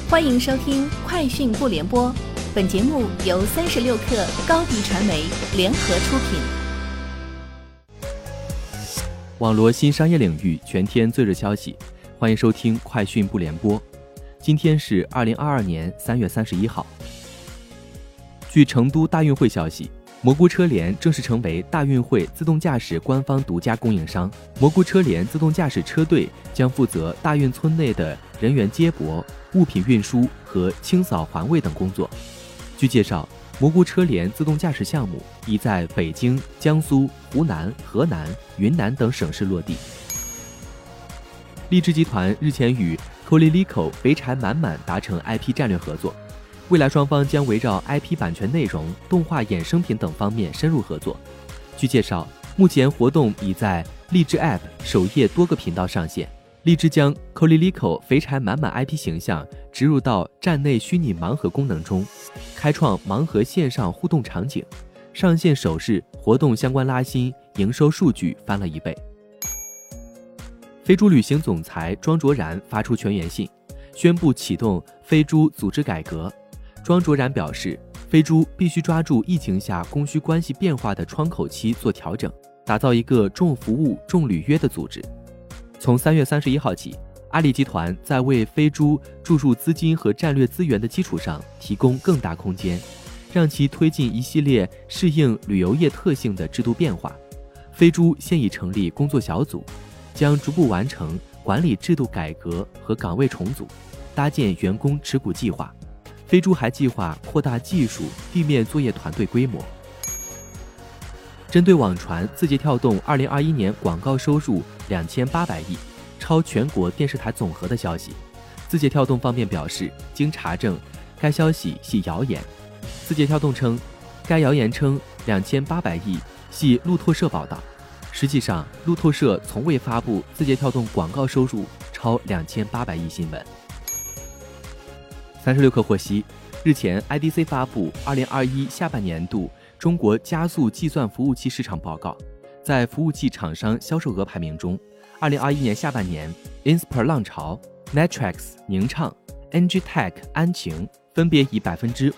欢迎收听快讯不联播，本节目由36克高迪传媒联合出品。 网罗新商业领域全天最热消息，欢迎收听快讯不联播。今天是2022年3月31号。据成都大运会消息，蘑菇车联正式成为大运会自动驾驶官方独家供应商。蘑菇车联自动驾驶车队将负责大运村内的人员接驳、物品运输和清扫环卫等工作。据介绍，蘑菇车联自动驾驶项目已在北京、江苏、湖南、河南、云南等省市落地。荔枝集团日前与 Colilico 肥柴满满达成 IP 战略合作，未来双方将围绕 IP 版权内容、动画衍生品等方面深入合作。据介绍，目前活动已在荔枝 App 首页多个频道上线。荔枝将 Colilico 肥柴满满 IP 形象植入到站内虚拟盲盒功能中，开创盲盒线上互动场景。上线首日活动相关拉新营收数据翻了1倍。飞猪旅行总裁庄卓然发出全员信，宣布启动飞猪组织改革。庄卓然表示，飞猪必须抓住疫情下供需关系变化的窗口期做调整，打造一个重服务、重履约的组织。从3月31号起，阿里集团在为飞猪注入资金和战略资源的基础上提供更大空间，让其推进一系列适应旅游业特性的制度变化。飞猪现已成立工作小组，将逐步完成管理制度改革和岗位重组，搭建员工持股计划。飞猪还计划扩大技术地面作业团队规模。针对网传字节跳动2021年广告收入2800亿，超全国电视台总和的消息，字节跳动方面表示，经查证，该消息系谣言。字节跳动称，该谣言称2800亿系路透社报道，实际上路透社从未发布字节跳动广告收入超2800亿新闻。36氪获悉，日前 IDC 发布2021下半年度中国加速计算服务器市场报告，在服务器厂商销售额排名中，2021年下半年 Inspur 浪潮、Netrix 宁畅、NGTech 安晴分别以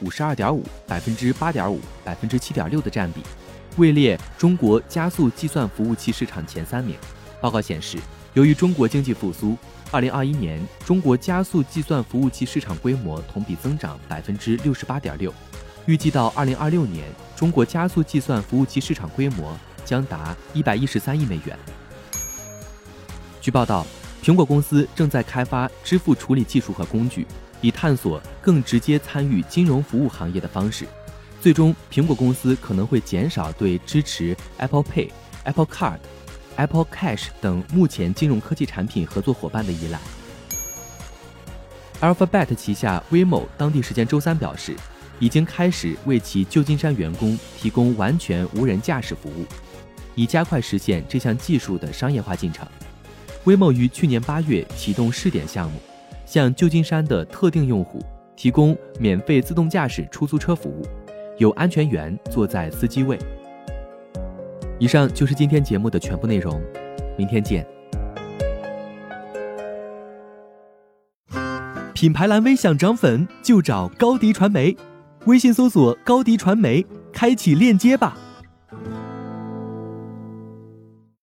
52.5%、8.5%、7.6% 的占比，位列中国加速计算服务器市场前3名。报告显示，由于中国经济复苏，2021年中国加速计算服务器市场规模同比增长 68.6%， 预计到2026年，中国加速计算服务器市场规模将达113亿美元。据报道，苹果公司正在开发支付处理技术和工具，以探索更直接参与金融服务行业的方式。最终，苹果公司可能会减少对支持 Apple Pay、Apple Card、Apple Cash 等目前金融科技产品合作伙伴的依赖。Alphabet 旗下 Waymo 当地时间周3表示，已经开始为其旧金山员工提供完全无人驾驶服务，以加快实现这项技术的商业化进程。Waymo 于去年8月启动试点项目，向旧金山的特定用户提供免费自动驾驶出租车服务，有安全员坐在司机位。以上就是今天节目的全部内容，明天见。 品牌蓝 V 想涨粉就找高迪传媒，微信搜索高迪传媒，开启链接吧。